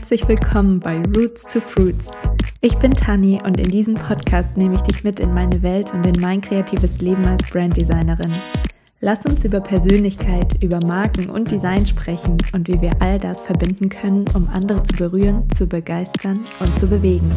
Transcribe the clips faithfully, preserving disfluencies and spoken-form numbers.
Herzlich willkommen bei Roots to Fruits. Ich bin Tani und in diesem Podcast nehme ich dich mit in meine Welt und in mein kreatives Leben als Branddesignerin. Lass uns über Persönlichkeit, über Marken und Design sprechen und wie wir all das verbinden können, um andere zu berühren, zu begeistern und zu bewegen.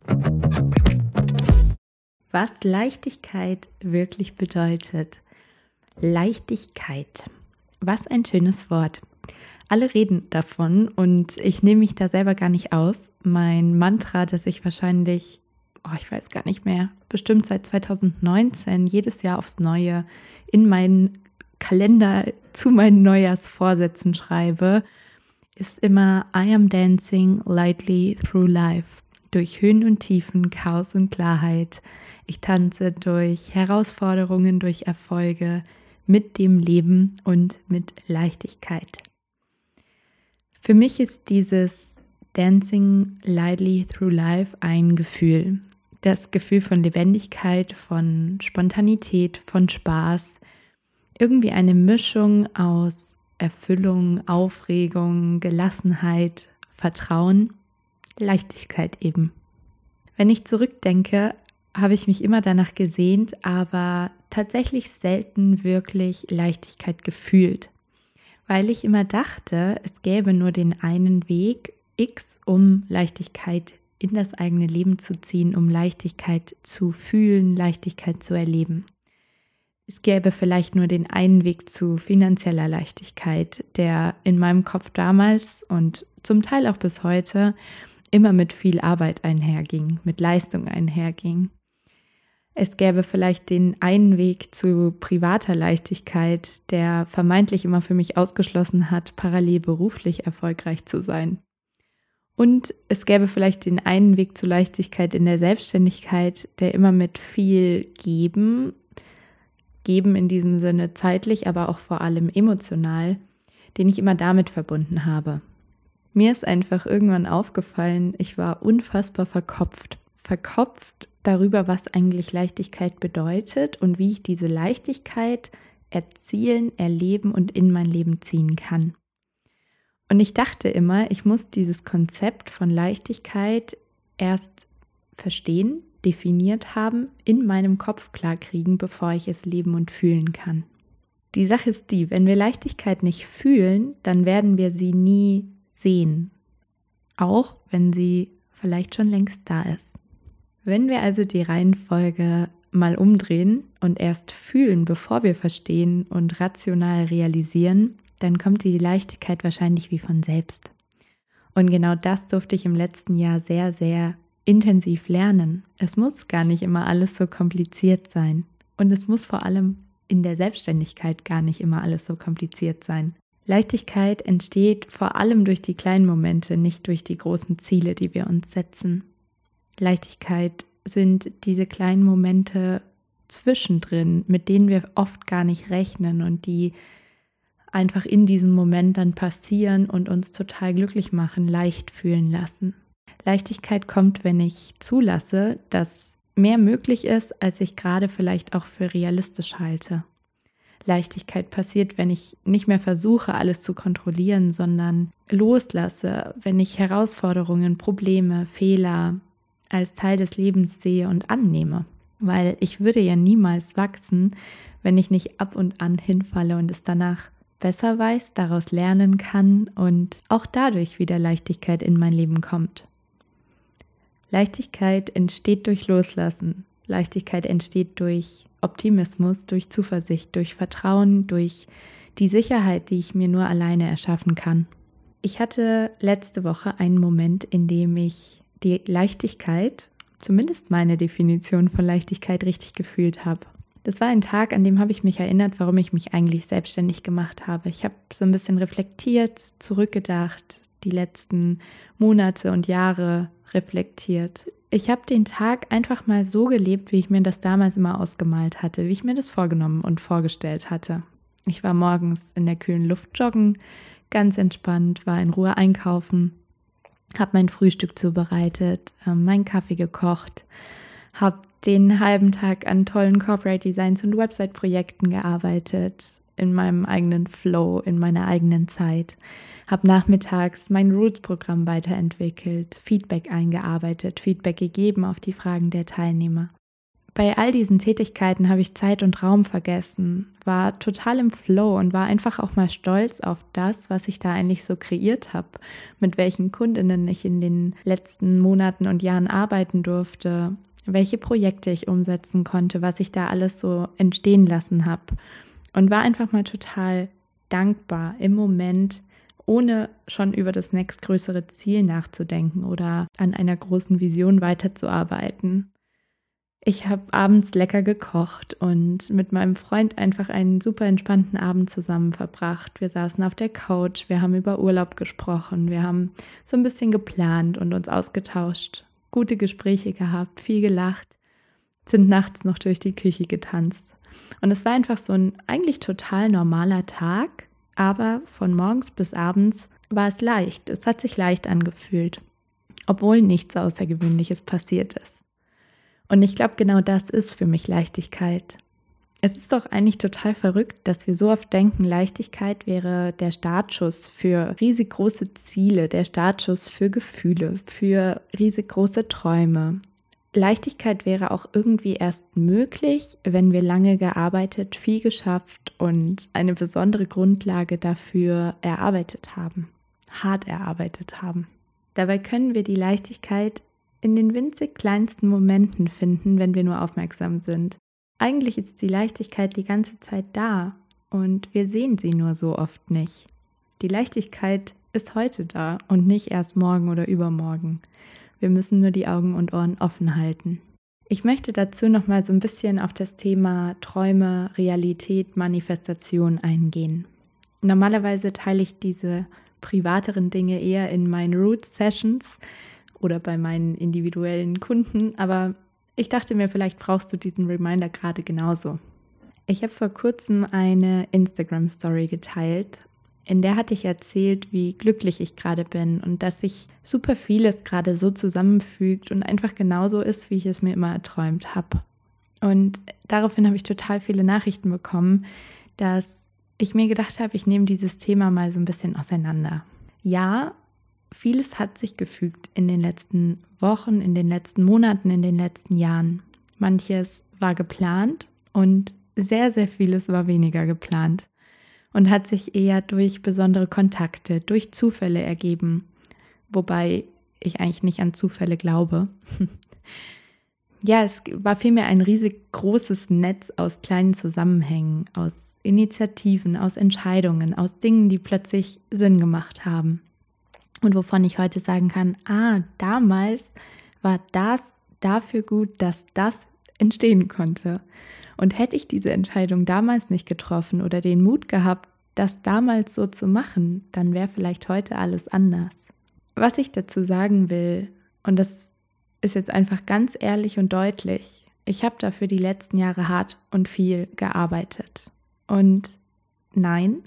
Was Leichtigkeit wirklich bedeutet. Leichtigkeit. Was ein schönes Wort. Alle reden davon und ich nehme mich da selber gar nicht aus. Mein Mantra, das ich wahrscheinlich, oh, ich weiß gar nicht mehr, bestimmt seit zwanzig neunzehn jedes Jahr aufs Neue in meinen Kalender zu meinen Neujahrsvorsätzen schreibe, ist immer I am dancing lightly through life. Durch Höhen und Tiefen, Chaos und Klarheit. Ich tanze durch Herausforderungen, durch Erfolge, mit dem Leben und mit Leichtigkeit. Für mich ist dieses Dancing lightly through life ein Gefühl. Das Gefühl von Lebendigkeit, von Spontanität, von Spaß. Irgendwie eine Mischung aus Erfüllung, Aufregung, Gelassenheit, Vertrauen, Leichtigkeit eben. Wenn ich zurückdenke, habe ich mich immer danach gesehnt, aber tatsächlich selten wirklich Leichtigkeit gefühlt. Weil ich immer dachte, es gäbe nur den einen Weg X, um Leichtigkeit in das eigene Leben zu ziehen, um Leichtigkeit zu fühlen, Leichtigkeit zu erleben. Es gäbe vielleicht nur den einen Weg zu finanzieller Leichtigkeit, der in meinem Kopf damals und zum Teil auch bis heute immer mit viel Arbeit einherging, mit Leistung einherging. Es gäbe vielleicht den einen Weg zu privater Leichtigkeit, der vermeintlich immer für mich ausgeschlossen hat, parallel beruflich erfolgreich zu sein. Und es gäbe vielleicht den einen Weg zu Leichtigkeit in der Selbstständigkeit, der immer mit viel Geben, Geben in diesem Sinne zeitlich, aber auch vor allem emotional, den ich immer damit verbunden habe. Mir ist einfach irgendwann aufgefallen, ich war unfassbar verkopft. Verkopft darüber, was eigentlich Leichtigkeit bedeutet und wie ich diese Leichtigkeit erzielen, erleben und in mein Leben ziehen kann. Und ich dachte immer, ich muss dieses Konzept von Leichtigkeit erst verstehen, definiert haben, in meinem Kopf klarkriegen, bevor ich es leben und fühlen kann. Die Sache ist die, wenn wir Leichtigkeit nicht fühlen, dann werden wir sie nie sehen, auch wenn sie vielleicht schon längst da ist. Wenn wir also die Reihenfolge mal umdrehen und erst fühlen, bevor wir verstehen und rational realisieren, dann kommt die Leichtigkeit wahrscheinlich wie von selbst. Und genau das durfte ich im letzten Jahr sehr, sehr intensiv lernen. Es muss gar nicht immer alles so kompliziert sein. Und es muss vor allem in der Selbstständigkeit gar nicht immer alles so kompliziert sein. Leichtigkeit entsteht vor allem durch die kleinen Momente, nicht durch die großen Ziele, die wir uns setzen. Leichtigkeit sind diese kleinen Momente zwischendrin, mit denen wir oft gar nicht rechnen und die einfach in diesem Moment dann passieren und uns total glücklich machen, leicht fühlen lassen. Leichtigkeit kommt, wenn ich zulasse, dass mehr möglich ist, als ich gerade vielleicht auch für realistisch halte. Leichtigkeit passiert, wenn ich nicht mehr versuche, alles zu kontrollieren, sondern loslasse, wenn ich Herausforderungen, Probleme, Fehler als Teil des Lebens sehe und annehme. Weil ich würde ja niemals wachsen, wenn ich nicht ab und an hinfalle und es danach besser weiß, daraus lernen kann und auch dadurch wieder Leichtigkeit in mein Leben kommt. Leichtigkeit entsteht durch Loslassen. Leichtigkeit entsteht durch Optimismus, durch Zuversicht, durch Vertrauen, durch die Sicherheit, die ich mir nur alleine erschaffen kann. Ich hatte letzte Woche einen Moment, in dem ich die Leichtigkeit, zumindest meine Definition von Leichtigkeit, richtig gefühlt habe. Das war ein Tag, an dem habe ich mich erinnert, warum ich mich eigentlich selbstständig gemacht habe. Ich habe so ein bisschen reflektiert, zurückgedacht, die letzten Monate und Jahre reflektiert. Ich habe den Tag einfach mal so gelebt, wie ich mir das damals immer ausgemalt hatte, wie ich mir das vorgenommen und vorgestellt hatte. Ich war morgens in der kühlen Luft joggen, ganz entspannt, war in Ruhe einkaufen, habe mein Frühstück zubereitet, meinen Kaffee gekocht, habe den halben Tag an tollen Corporate Designs und Website-Projekten gearbeitet, in meinem eigenen Flow, in meiner eigenen Zeit, habe nachmittags mein Roots-Programm weiterentwickelt, Feedback eingearbeitet, Feedback gegeben auf die Fragen der Teilnehmer. Bei all diesen Tätigkeiten habe ich Zeit und Raum vergessen, war total im Flow und war einfach auch mal stolz auf das, was ich da eigentlich so kreiert habe, mit welchen Kundinnen ich in den letzten Monaten und Jahren arbeiten durfte, welche Projekte ich umsetzen konnte, was ich da alles so entstehen lassen habe und war einfach mal total dankbar im Moment, ohne schon über das nächstgrößere Ziel nachzudenken oder an einer großen Vision weiterzuarbeiten. Ich habe abends lecker gekocht und mit meinem Freund einfach einen super entspannten Abend zusammen verbracht. Wir saßen auf der Couch, wir haben über Urlaub gesprochen, wir haben so ein bisschen geplant und uns ausgetauscht, gute Gespräche gehabt, viel gelacht, sind nachts noch durch die Küche getanzt. Und es war einfach so ein eigentlich total normaler Tag, aber von morgens bis abends war es leicht. Es hat sich leicht angefühlt, obwohl nichts Außergewöhnliches passiert ist. Und ich glaube, genau das ist für mich Leichtigkeit. Es ist doch eigentlich total verrückt, dass wir so oft denken, Leichtigkeit wäre der Startschuss für riesig große Ziele, der Startschuss für Gefühle, für riesig große Träume. Leichtigkeit wäre auch irgendwie erst möglich, wenn wir lange gearbeitet, viel geschafft und eine besondere Grundlage dafür erarbeitet haben, hart erarbeitet haben. Dabei können wir die Leichtigkeit in den winzig kleinsten Momenten finden, wenn wir nur aufmerksam sind. Eigentlich ist die Leichtigkeit die ganze Zeit da und wir sehen sie nur so oft nicht. Die Leichtigkeit ist heute da und nicht erst morgen oder übermorgen. Wir müssen nur die Augen und Ohren offen halten. Ich möchte dazu noch mal so ein bisschen auf das Thema Träume, Realität, Manifestation eingehen. Normalerweise teile ich diese privateren Dinge eher in meinen Roots-Sessions oder bei meinen individuellen Kunden, aber ich dachte mir, vielleicht brauchst du diesen Reminder gerade genauso. Ich habe vor kurzem eine Instagram-Story geteilt, in der hatte ich erzählt, wie glücklich ich gerade bin und dass sich super vieles gerade so zusammenfügt und einfach genauso ist, wie ich es mir immer erträumt habe. Und daraufhin habe ich total viele Nachrichten bekommen, dass ich mir gedacht habe, ich nehme dieses Thema mal so ein bisschen auseinander. Ja, vieles hat sich gefügt in den letzten Wochen, in den letzten Monaten, in den letzten Jahren. Manches war geplant und sehr, sehr vieles war weniger geplant und hat sich eher durch besondere Kontakte, durch Zufälle ergeben, wobei ich eigentlich nicht an Zufälle glaube. Ja, es war vielmehr ein riesig großes Netz aus kleinen Zusammenhängen, aus Initiativen, aus Entscheidungen, aus Dingen, die plötzlich Sinn gemacht haben. Und wovon ich heute sagen kann, ah, damals war das dafür gut, dass das entstehen konnte. Und hätte ich diese Entscheidung damals nicht getroffen oder den Mut gehabt, das damals so zu machen, dann wäre vielleicht heute alles anders. Was ich dazu sagen will, und das ist jetzt einfach ganz ehrlich und deutlich, ich habe dafür die letzten Jahre hart und viel gearbeitet. Und nein,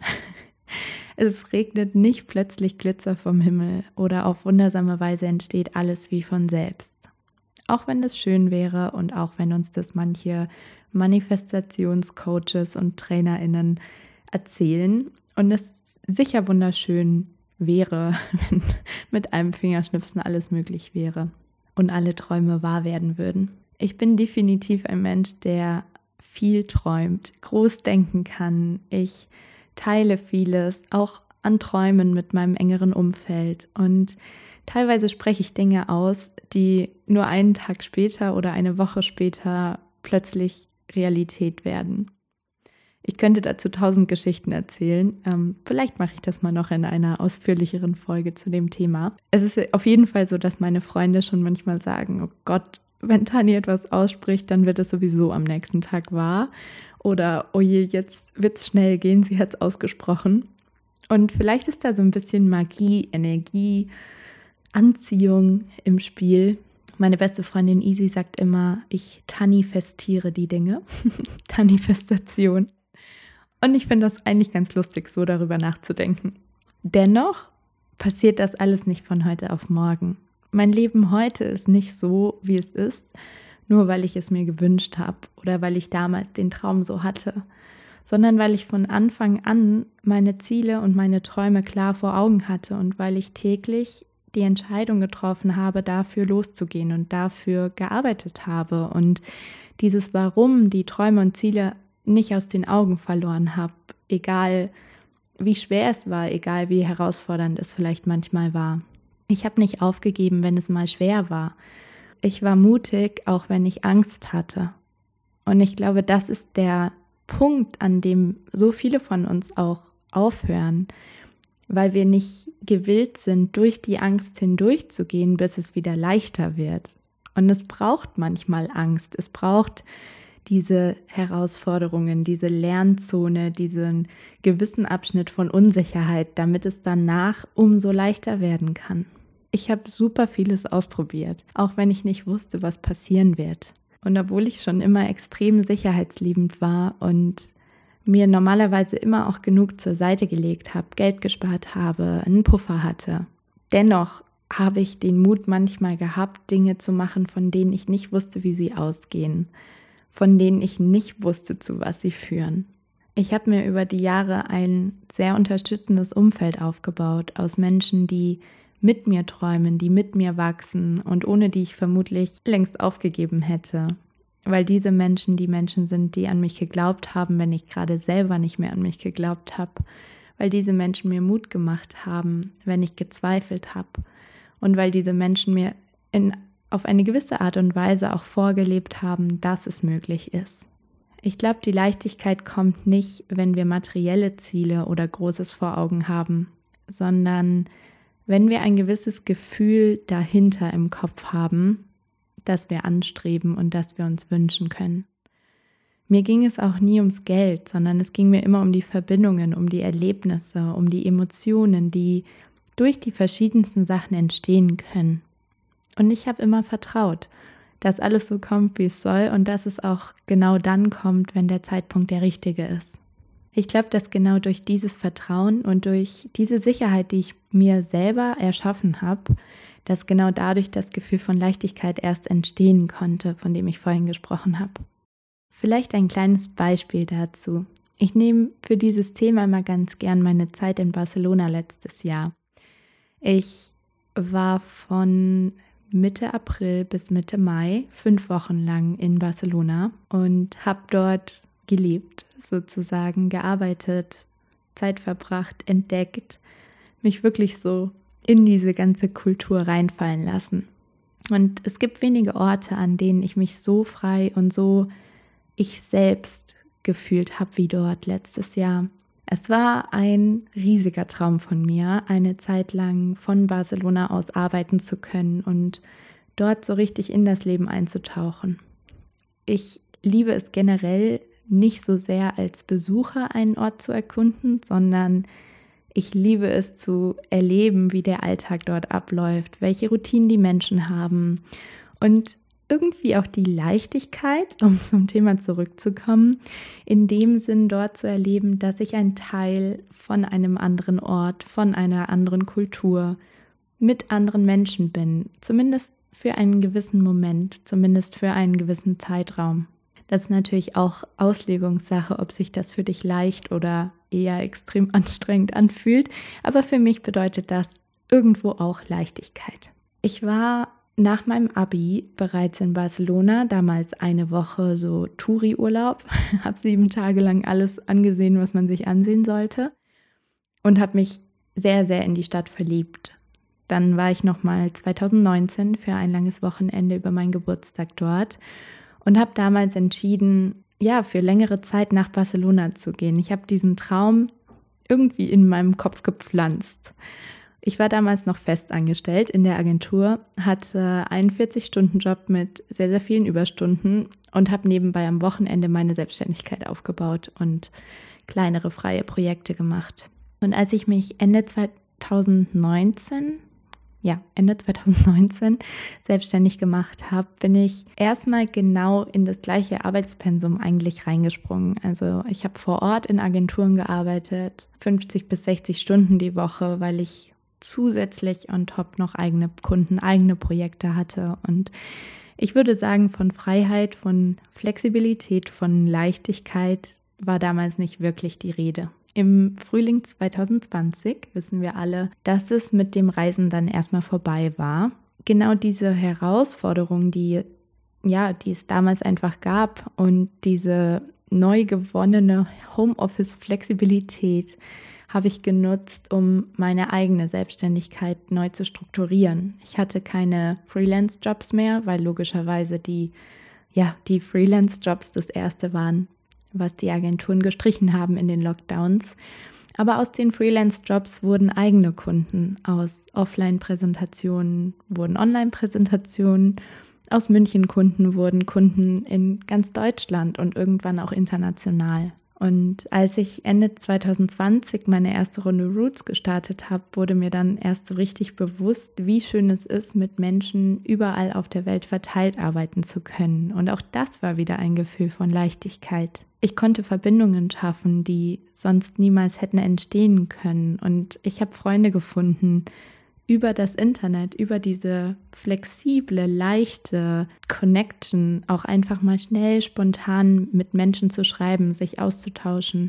es regnet nicht plötzlich Glitzer vom Himmel oder auf wundersame Weise entsteht alles wie von selbst. Auch wenn es schön wäre und auch wenn uns das manche Manifestationscoaches und TrainerInnen erzählen und es sicher wunderschön wäre, wenn mit einem Fingerschnipsen alles möglich wäre und alle Träume wahr werden würden. Ich bin definitiv ein Mensch, der viel träumt, groß denken kann. Ich teile vieles, auch an Träumen mit meinem engeren Umfeld und teilweise spreche ich Dinge aus, die nur einen Tag später oder eine Woche später plötzlich Realität werden. Ich könnte dazu tausend Geschichten erzählen. Ähm, vielleicht mache ich das mal noch in einer ausführlicheren Folge zu dem Thema. Es ist auf jeden Fall so, dass meine Freunde schon manchmal sagen, oh Gott, wenn Tani etwas ausspricht, dann wird es sowieso am nächsten Tag wahr. Oder, oh je, jetzt wird es schnell gehen, sie hat es ausgesprochen. Und vielleicht ist da so ein bisschen Magie, Energie, Anziehung im Spiel. Meine beste Freundin Easy sagt immer, ich tanifestiere die Dinge. Tanifestation. Und ich finde das eigentlich ganz lustig, so darüber nachzudenken. Dennoch passiert das alles nicht von heute auf morgen. Mein Leben heute ist nicht so, wie es ist, nur weil ich es mir gewünscht habe oder weil ich damals den Traum so hatte, sondern weil ich von Anfang an meine Ziele und meine Träume klar vor Augen hatte und weil ich täglich die Entscheidung getroffen habe, dafür loszugehen und dafür gearbeitet habe und dieses Warum, die Träume und Ziele nicht aus den Augen verloren habe, egal wie schwer es war, egal wie herausfordernd es vielleicht manchmal war. Ich habe nicht aufgegeben, wenn es mal schwer war. Ich war mutig, auch wenn ich Angst hatte. Und ich glaube, das ist der Punkt, an dem so viele von uns auch aufhören, weil wir nicht gewillt sind, durch die Angst hindurchzugehen, bis es wieder leichter wird. Und es braucht manchmal Angst. Es braucht diese Herausforderungen, diese Lernzone, diesen gewissen Abschnitt von Unsicherheit, damit es danach umso leichter werden kann. Ich habe super vieles ausprobiert, auch wenn ich nicht wusste, was passieren wird. Und obwohl ich schon immer extrem sicherheitsliebend war und mir normalerweise immer auch genug zur Seite gelegt habe, Geld gespart habe, einen Puffer hatte, dennoch habe ich den Mut manchmal gehabt, Dinge zu machen, von denen ich nicht wusste, wie sie ausgehen, von denen ich nicht wusste, zu was sie führen. Ich habe mir über die Jahre ein sehr unterstützendes Umfeld aufgebaut aus Menschen, die mit mir träumen, die mit mir wachsen und ohne die ich vermutlich längst aufgegeben hätte. Weil diese Menschen die Menschen sind, die an mich geglaubt haben, wenn ich gerade selber nicht mehr an mich geglaubt habe. Weil diese Menschen mir Mut gemacht haben, wenn ich gezweifelt habe. Und weil diese Menschen mir in, auf eine gewisse Art und Weise auch vorgelebt haben, dass es möglich ist. Ich glaube, die Leichtigkeit kommt nicht, wenn wir materielle Ziele oder Großes vor Augen haben, sondern wenn wir ein gewisses Gefühl dahinter im Kopf haben, das wir anstreben und das wir uns wünschen können. Mir ging es auch nie ums Geld, sondern es ging mir immer um die Verbindungen, um die Erlebnisse, um die Emotionen, die durch die verschiedensten Sachen entstehen können. Und ich habe immer vertraut, dass alles so kommt, wie es soll und dass es auch genau dann kommt, wenn der Zeitpunkt der richtige ist. Ich glaube, dass genau durch dieses Vertrauen und durch diese Sicherheit, die ich mir selber erschaffen habe, dass genau dadurch das Gefühl von Leichtigkeit erst entstehen konnte, von dem ich vorhin gesprochen habe. Vielleicht ein kleines Beispiel dazu. Ich nehme für dieses Thema immer ganz gern meine Zeit in Barcelona letztes Jahr. Ich war von Mitte April bis Mitte Mai fünf Wochen lang in Barcelona und habe dort gelebt, sozusagen gearbeitet, Zeit verbracht, entdeckt, mich wirklich so in diese ganze Kultur reinfallen lassen. Und es gibt wenige Orte, an denen ich mich so frei und so ich selbst gefühlt habe wie dort letztes Jahr. Es war ein riesiger Traum von mir, eine Zeit lang von Barcelona aus arbeiten zu können und dort so richtig in das Leben einzutauchen. Ich liebe es generell nicht so sehr als Besucher einen Ort zu erkunden, sondern ich liebe es zu erleben, wie der Alltag dort abläuft, welche Routinen die Menschen haben und irgendwie auch die Leichtigkeit, um zum Thema zurückzukommen, in dem Sinn dort zu erleben, dass ich ein Teil von einem anderen Ort, von einer anderen Kultur, mit anderen Menschen bin, zumindest für einen gewissen Moment, zumindest für einen gewissen Zeitraum. Das ist natürlich auch Auslegungssache, ob sich das für dich leicht oder eher extrem anstrengend anfühlt, aber für mich bedeutet das irgendwo auch Leichtigkeit. Ich war nach meinem Abi bereits in Barcelona, damals eine Woche so Touri-Urlaub, habe sieben Tage lang alles angesehen, was man sich ansehen sollte und habe mich sehr, sehr in die Stadt verliebt. Dann war ich nochmal zwanzig neunzehn für ein langes Wochenende über meinen Geburtstag dort und habe damals entschieden, ja, für längere Zeit nach Barcelona zu gehen. Ich habe diesen Traum irgendwie in meinem Kopf gepflanzt. Ich war damals noch fest angestellt in der Agentur, hatte einen vierzig-Stunden-Job mit sehr, sehr vielen Überstunden und habe nebenbei am Wochenende meine Selbstständigkeit aufgebaut und kleinere freie Projekte gemacht. Und als ich mich Ende zwanzig neunzehn, ja, Ende zwanzig neunzehn selbstständig gemacht habe, bin ich erstmal genau in das gleiche Arbeitspensum eigentlich reingesprungen. Also ich habe vor Ort in Agenturen gearbeitet, fünfzig bis sechzig Stunden die Woche, weil ich zusätzlich on top noch eigene Kunden, eigene Projekte hatte. Und ich würde sagen, von Freiheit, von Flexibilität, von Leichtigkeit war damals nicht wirklich die Rede. Im Frühling zwanzig zwanzig wissen wir alle, dass es mit dem Reisen dann erstmal vorbei war. Genau diese Herausforderung, die, ja, die es damals einfach gab und diese neu gewonnene Homeoffice-Flexibilität habe ich genutzt, um meine eigene Selbstständigkeit neu zu strukturieren. Ich hatte keine Freelance-Jobs mehr, weil logischerweise die, ja, die Freelance-Jobs das erste waren, was die Agenturen gestrichen haben in den Lockdowns. Aber aus den Freelance-Jobs wurden eigene Kunden, aus Offline-Präsentationen wurden Online-Präsentationen, aus München-Kunden wurden Kunden in ganz Deutschland und irgendwann auch international. Und als ich Ende zwanzig zwanzig meine erste Runde Roots gestartet habe, wurde mir dann erst so richtig bewusst, wie schön es ist, mit Menschen überall auf der Welt verteilt arbeiten zu können. Und auch das war wieder ein Gefühl von Leichtigkeit. Ich konnte Verbindungen schaffen, die sonst niemals hätten entstehen können. Und ich habe Freunde gefunden über das Internet, über diese flexible, leichte Connection, auch einfach mal schnell, spontan mit Menschen zu schreiben, sich auszutauschen.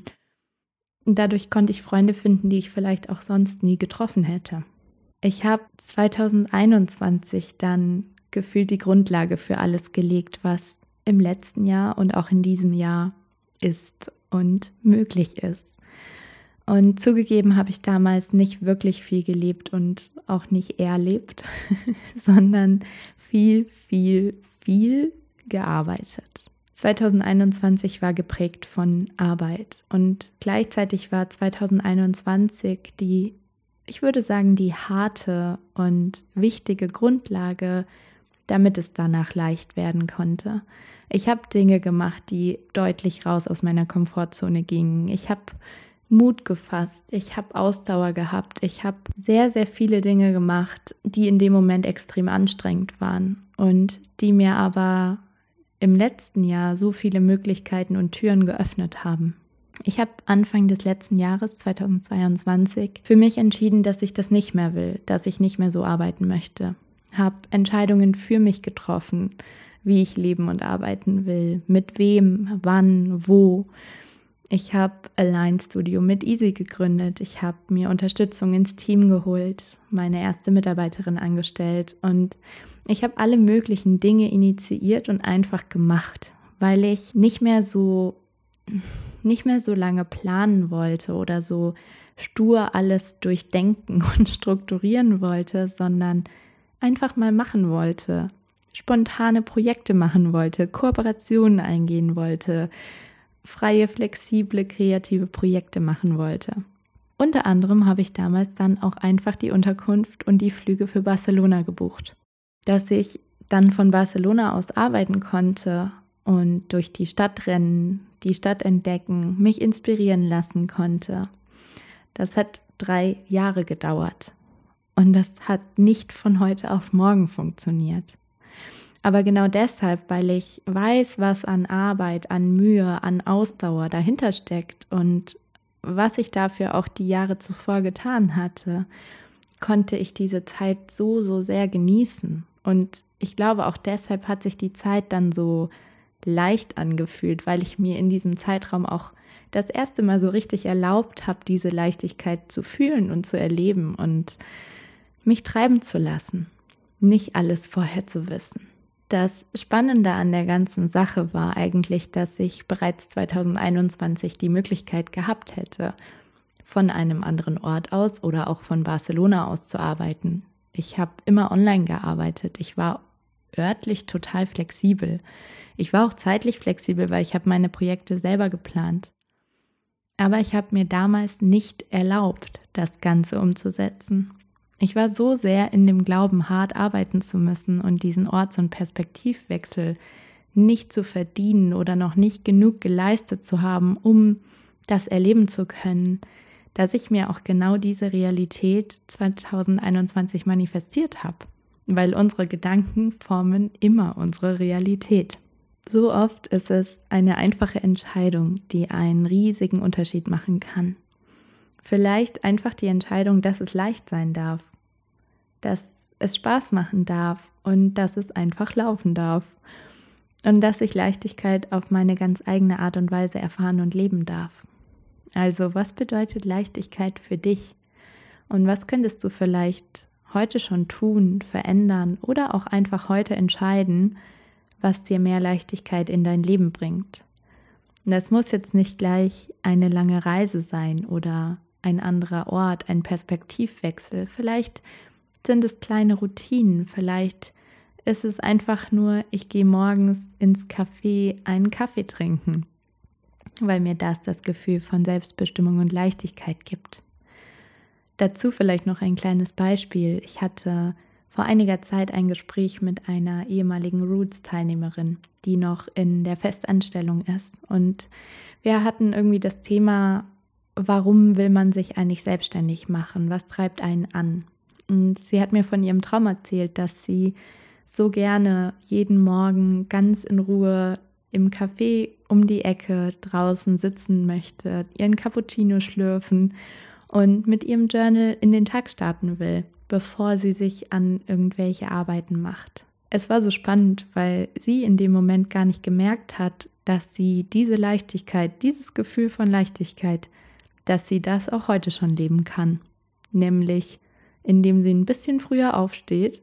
Und dadurch konnte ich Freunde finden, die ich vielleicht auch sonst nie getroffen hätte. Ich habe zwanzig einundzwanzig dann gefühlt die Grundlage für alles gelegt, was im letzten Jahr und auch in diesem Jahr ist und möglich ist. Und zugegeben habe ich damals nicht wirklich viel gelebt und auch nicht erlebt, sondern viel, viel, viel gearbeitet. zwanzig einundzwanzig war geprägt von Arbeit und gleichzeitig war zwanzig einundzwanzig die, ich würde sagen, die harte und wichtige Grundlage, damit es danach leicht werden konnte. Ich habe Dinge gemacht, die deutlich raus aus meiner Komfortzone gingen. Ich habe Mut gefasst, ich habe Ausdauer gehabt, ich habe sehr, sehr viele Dinge gemacht, die in dem Moment extrem anstrengend waren und die mir aber im letzten Jahr so viele Möglichkeiten und Türen geöffnet haben. Ich habe Anfang des letzten Jahres, zwanzig zweiundzwanzig, für mich entschieden, dass ich das nicht mehr will, dass ich nicht mehr so arbeiten möchte. Habe Entscheidungen für mich getroffen, wie ich leben und arbeiten will, mit wem, wann, wo. Ich habe Align Studio mit Easy gegründet. Ich habe mir Unterstützung ins Team geholt, meine erste Mitarbeiterin angestellt und ich habe alle möglichen Dinge initiiert und einfach gemacht, weil ich nicht mehr so, nicht mehr so lange planen wollte oder so stur alles durchdenken und strukturieren wollte, sondern einfach mal machen wollte, spontane Projekte machen wollte, Kooperationen eingehen wollte, freie, flexible, kreative Projekte machen wollte. Unter anderem habe ich damals dann auch einfach die Unterkunft und die Flüge für Barcelona gebucht. Dass ich dann von Barcelona aus arbeiten konnte und durch die Stadt rennen, die Stadt entdecken, mich inspirieren lassen konnte, das hat drei Jahre gedauert. Und das hat nicht von heute auf morgen funktioniert. Aber genau deshalb, weil ich weiß, was an Arbeit, an Mühe, an Ausdauer dahinter steckt und was ich dafür auch die Jahre zuvor getan hatte, konnte ich diese Zeit so, so sehr genießen. Und ich glaube, auch deshalb hat sich die Zeit dann so leicht angefühlt, weil ich mir in diesem Zeitraum auch das erste Mal so richtig erlaubt habe, diese Leichtigkeit zu fühlen und zu erleben und mich treiben zu lassen, nicht alles vorher zu wissen. Das Spannende an der ganzen Sache war eigentlich, dass ich bereits zwanzig einundzwanzig die Möglichkeit gehabt hätte, von einem anderen Ort aus oder auch von Barcelona aus zu arbeiten. Ich habe immer online gearbeitet. Ich war örtlich total flexibel. Ich war auch zeitlich flexibel, weil ich habe meine Projekte selber geplant. Aber ich habe mir damals nicht erlaubt, das Ganze umzusetzen. Ich war so sehr in dem Glauben, hart arbeiten zu müssen und diesen Orts- und Perspektivwechsel nicht zu verdienen oder noch nicht genug geleistet zu haben, um das erleben zu können, dass ich mir auch genau diese Realität zwanzig einundzwanzig manifestiert habe. Weil unsere Gedanken formen immer unsere Realität. So oft ist es eine einfache Entscheidung, die einen riesigen Unterschied machen kann. Vielleicht einfach die Entscheidung, dass es leicht sein darf, dass es Spaß machen darf und dass es einfach laufen darf. und dass ich Leichtigkeit auf meine ganz eigene Art und Weise erfahren und leben darf. Also, was bedeutet Leichtigkeit für dich? Und was könntest du vielleicht heute schon tun, verändern oder auch einfach heute entscheiden, was dir mehr Leichtigkeit in dein Leben bringt? Und das muss jetzt nicht gleich eine lange Reise sein oder ein anderer Ort, ein Perspektivwechsel. Vielleicht sind es kleine Routinen, vielleicht ist es einfach nur, ich gehe morgens ins Café einen Kaffee trinken, weil mir das das Gefühl von Selbstbestimmung und Leichtigkeit gibt. Dazu vielleicht noch ein kleines Beispiel. Ich hatte vor einiger Zeit ein Gespräch mit einer ehemaligen Roots-Teilnehmerin, die noch in der Festanstellung ist. Und wir hatten irgendwie das Thema, warum will man sich eigentlich selbstständig machen? Was treibt einen an? Und sie hat mir von ihrem Traum erzählt, dass sie so gerne jeden Morgen ganz in Ruhe im Café um die Ecke draußen sitzen möchte, ihren Cappuccino schlürfen und mit ihrem Journal in den Tag starten will, bevor sie sich an irgendwelche Arbeiten macht. Es war so spannend, weil sie in dem Moment gar nicht gemerkt hat, dass sie diese Leichtigkeit, dieses Gefühl von Leichtigkeit, dass sie das auch heute schon leben kann. Nämlich, indem sie ein bisschen früher aufsteht,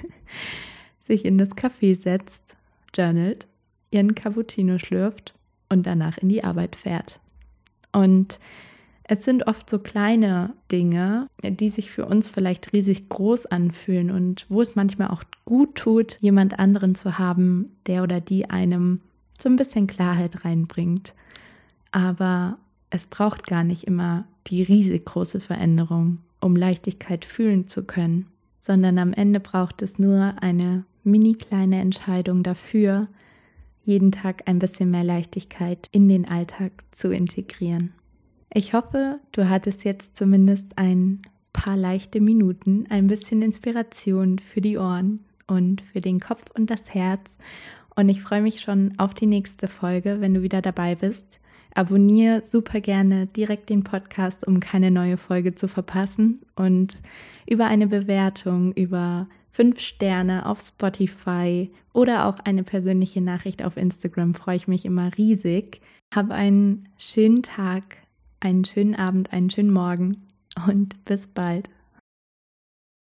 sich in das Café setzt, journalt, ihren Cappuccino schlürft und danach in die Arbeit fährt. Und es sind oft so kleine Dinge, die sich für uns vielleicht riesig groß anfühlen und wo es manchmal auch gut tut, jemand anderen zu haben, der oder die einem so ein bisschen Klarheit reinbringt. Aber es braucht gar nicht immer die riesig große Veränderung, um Leichtigkeit fühlen zu können, sondern am Ende braucht es nur eine mini kleine Entscheidung dafür, jeden Tag ein bisschen mehr Leichtigkeit in den Alltag zu integrieren. Ich hoffe, du hattest jetzt zumindest ein paar leichte Minuten, ein bisschen Inspiration für die Ohren und für den Kopf und das Herz. Und ich freue mich schon auf die nächste Folge, wenn du wieder dabei bist. Abonniere super gerne direkt den Podcast, um keine neue Folge zu verpassen. Und über eine Bewertung, über fünf Sterne auf Spotify oder auch eine persönliche Nachricht auf Instagram freue ich mich immer riesig. Hab einen schönen Tag, einen schönen Abend, einen schönen Morgen und bis bald.